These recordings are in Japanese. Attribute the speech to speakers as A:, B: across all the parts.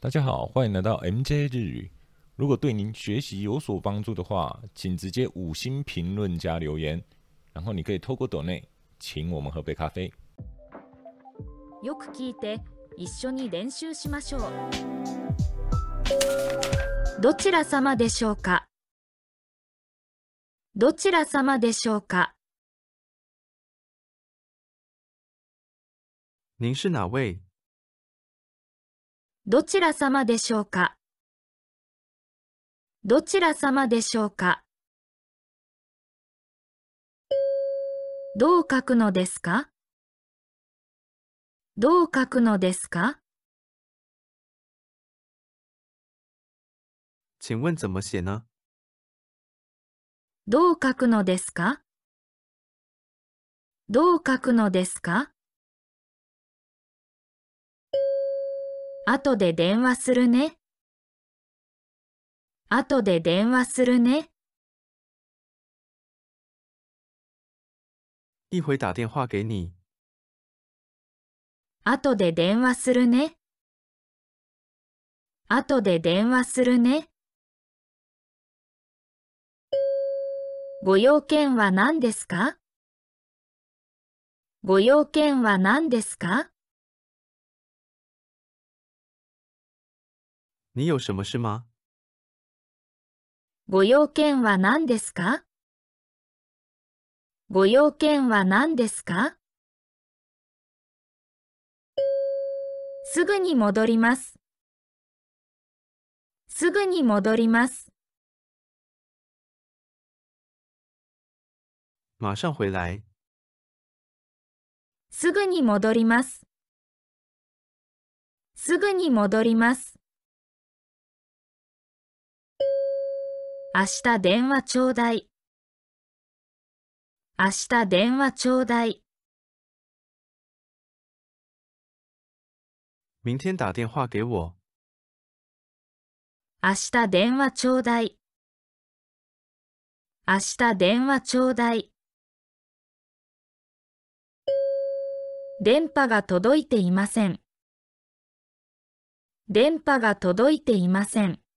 A: 大家好，欢迎来到 MJ 日语。如果对您学习有所帮助的话，请直接5星评论加留言，然后你可以透过抖内请我们喝杯咖啡。
B: よく聞いて、一緒に練習しましょう。どちら様でしょうか？どちら様でしょうか？
C: 您是哪位？
B: どちら様でしょうか？どちら様でしょうか？どう書くのですか？どう書くのですか？
C: 请问怎么写呢？
B: どう書くのですか？どう書くのですか？後で電話するね。後で電話するね。
C: 一会打电话给你。
B: 後で電話するね。後で電話するね。ご用件は何ですか？ご用件は何ですか？
C: 你有什么事吗？
B: ご用件は何ですか？ご用件は何ですか？すぐに戻ります。すぐに戻ります。
C: 马上回来。
B: すぐに戻ります。すぐに戻ります。明日電話ちょうだい。明日電話ちょうだい。
C: 明天打电话给我。
B: 明日電話ちょうだい。明日電話ちょうだい。電波が届いていません。電波が届いていません。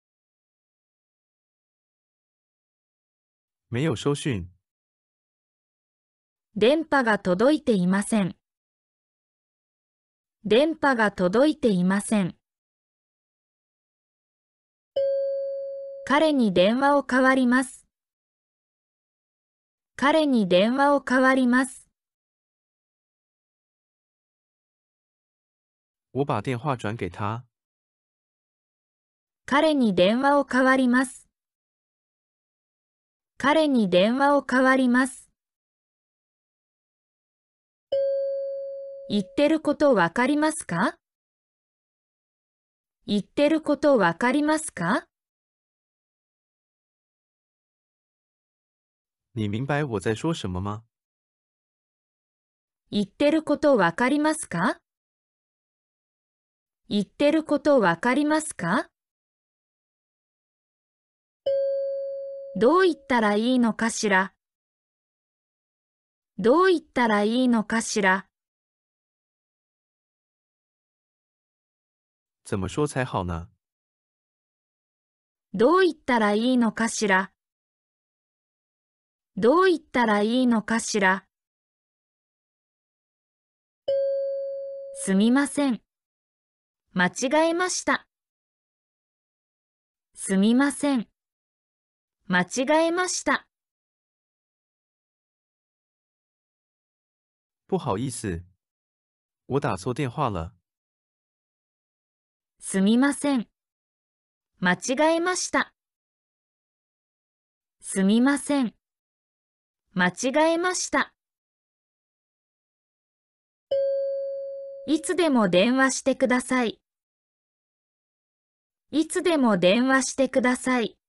C: 没有收讯。
B: 電波が届いていません。電波が届いていません。彼に電話を代わります。彼に電話を代わります。
C: 我把电话转给他。
B: 彼に電話を代わります。彼に電話を代わります。言ってることわかりますか？言ってることわかりますか？
C: 你明白我在说什么吗？
B: 言ってることわかりますか？言ってることわかりますか？どう言ったらいいのかしら？どう言ったらいいのかしら？
C: 怎么说才好呢？
B: どう言ったらいいのかしら？どう言ったらいいのかしら？すみません。間違えました。すみません。間違えました。
C: 不好意思，我打错电话了。
B: すみません。間違えました。すみません。間違えました。いつでも電話してください。いつでも電話してください。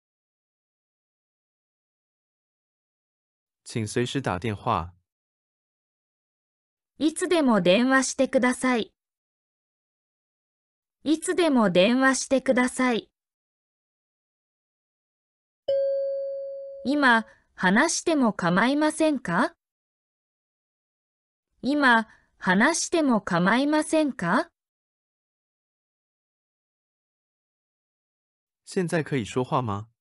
C: 请随时打电话。
B: いつでも電話してください。いつでも電話してください。今、話しても構いませんか？今、話しても構いませんか？
C: 现在可以说话吗？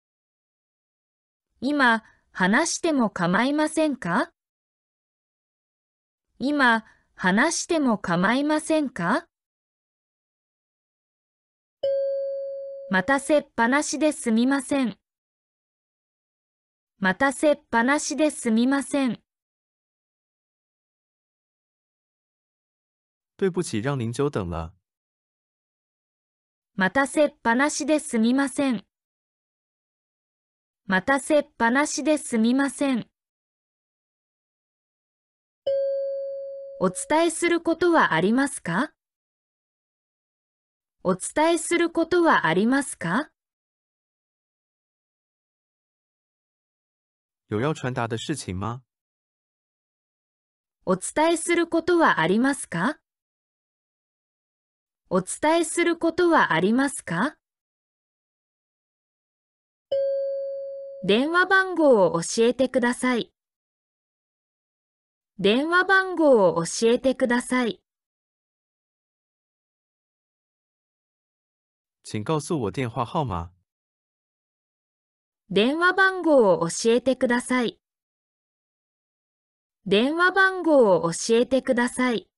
B: 今、話しても構いませんか？今、話しても構いませんか？待たせっぱなしですみません。待たせっぱなしですみません。
C: 对不起，让您久等了。
B: 待たせっぱなしですみません。待たせっぱなしですみません。お伝えすることはありますか？お伝えすることはありますか？
C: 有要传达的事情吗？
B: お伝えすることはありますか？お伝えすることはありますか？電話番号を教えてください。電話番号を教えてください。
C: 请告诉我电话号码。
B: 電話番号を教えてください。電話番号を教えてください。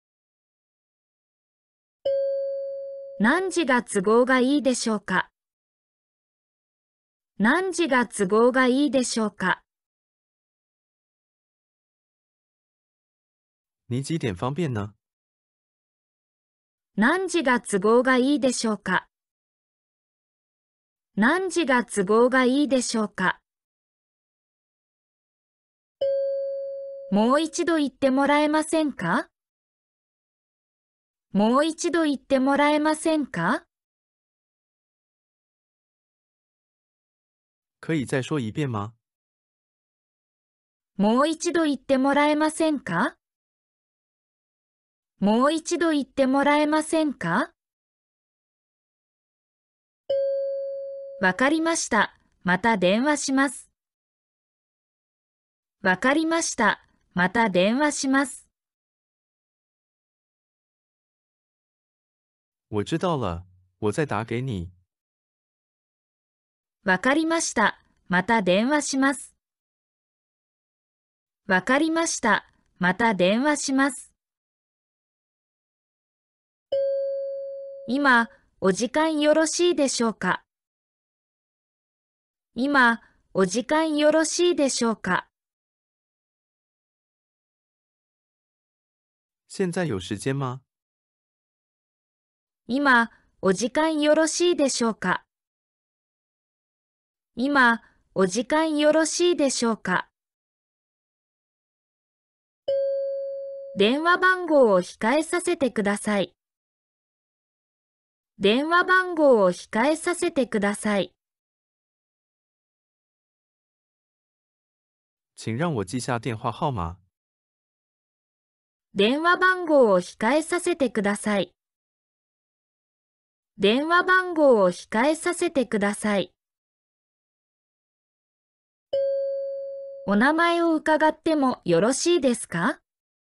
B: 何時が都合がいいでしょうか？何時が都合がいいでしょうか？
C: 你几点方便呢？
B: 何時が都合がいいでしょうか？何時が都合がいいでしょうか？もう一度言ってもらえませんか？もう一度言ってもらえませんか？
C: 可以再说一遍吗？
B: もう一度言ってもらえませんか？もう一度言ってもらえませんか？わかりました。また電話します。わかりました。また電話します。
C: 我知道了，我再打给你。
B: わかりました。また電話します。わかりました。また電話します。今、お時間よろしいでしょうか？今、お時間よろしいでしょうか？
C: 现在有时间吗？
B: 今、お時間よろしいでしょうか？今、お時間よろしいでしょうか？電話番号を控えさせてください。電話番号を控えさせてください。
C: 请让我记下电话号码。
B: 電話番号を控えさせてください。電話番号を控えさせてください。お名前を伺ってもよろしいですか？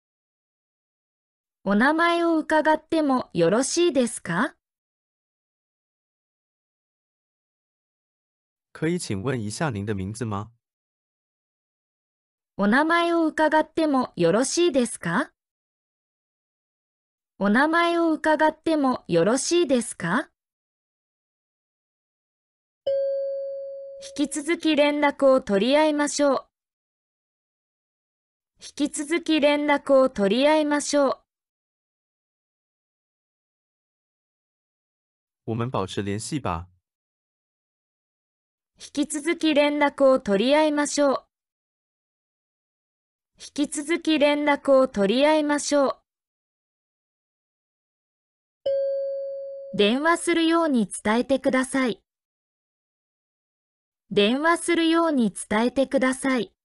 B: お名前を伺ってもよろしいですか？
C: 可以请问一下您的名字吗？
B: お名前を伺ってもよろしいですか？お名前を伺ってもよろしいですか？引き続き連絡を取り合いましょう。引き続き連絡を取り合いましょう。
C: 我们保持联系吧。
B: 引き続き連絡を取り合いましょう。引き続き連絡を取り合いましょう。電話するように伝えてください。電話するように伝えてください。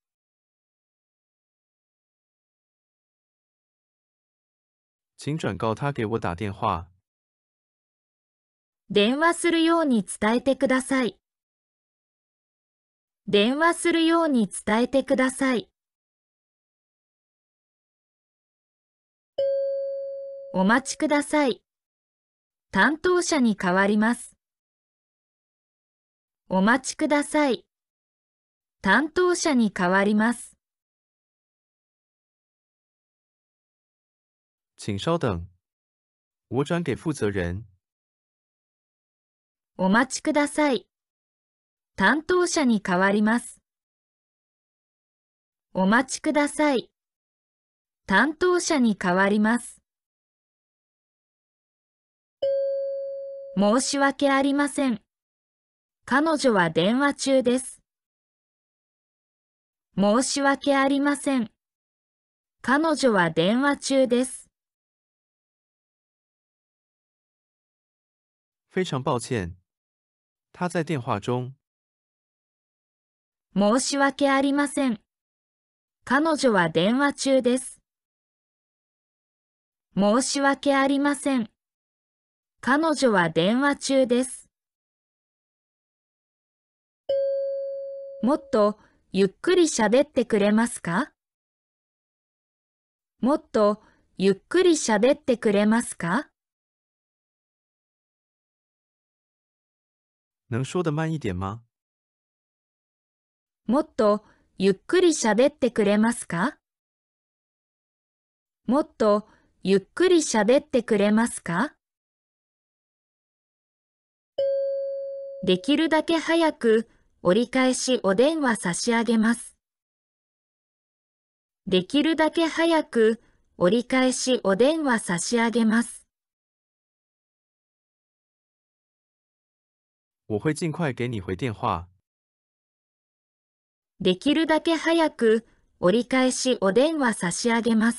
C: 请转告他给我打电话。
B: 電話するように伝えてください。電話するように伝えてください。お待ちください。担当者に代わります。 お待ちください。担当者に代わります。
C: 请稍等，我转给负责人。
B: お待ちください。担当者に代わります。お待ちください。担当者に代わります。申し訳ありません。彼女は電話中です。申し訳ありません。彼女は電話中です。
C: 非常抱歉，他在电话中。
B: 申し訳ありません。彼女は電話中です。申し訳ありません。彼女は電話中です。もっとゆっくり喋ってくれますか？もっとゆっくり喋ってくれますか？
C: 能说得慢一点吗？
B: もっとゆっくり喋ってくれますか？もっとゆっくり喋ってくれますか？できるだけ早く折り返しお電話差し上げます。できるだけ早く折り返しお電話差し上げます。
C: 我会尽快给你回电话。
B: できるだけ早く折り返しお電話差し上げます。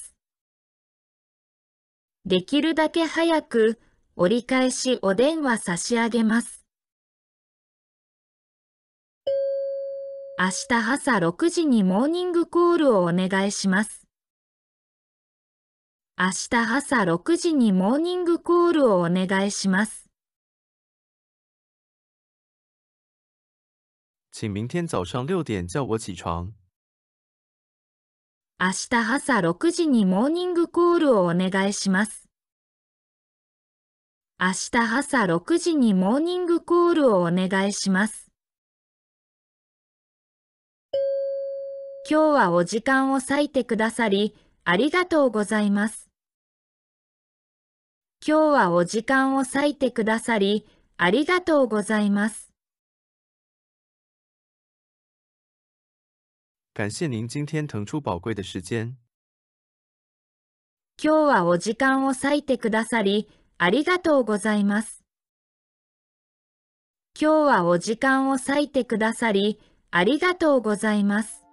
B: できるだけ早く折り返しお電話差し上げます。明日朝6時にモーニングコールをお願いします。明日朝6時にモーニングコールをお願いします。
C: 请明天早上6点叫我起床。
B: 明日朝6時にモーニングコールをお願いします。明日朝6時にモーニングコールをお願いします。今日はお時間を割いてくださり、ありがとうございます。今日はお時間を割いてくださり、ありがとうございます。
C: 感谢您今天腾出宝贵的时间。
B: 今日はお時間を割いてくださり、ありがとうございます。今日はお時間を割いてくださり、ありがとうございます。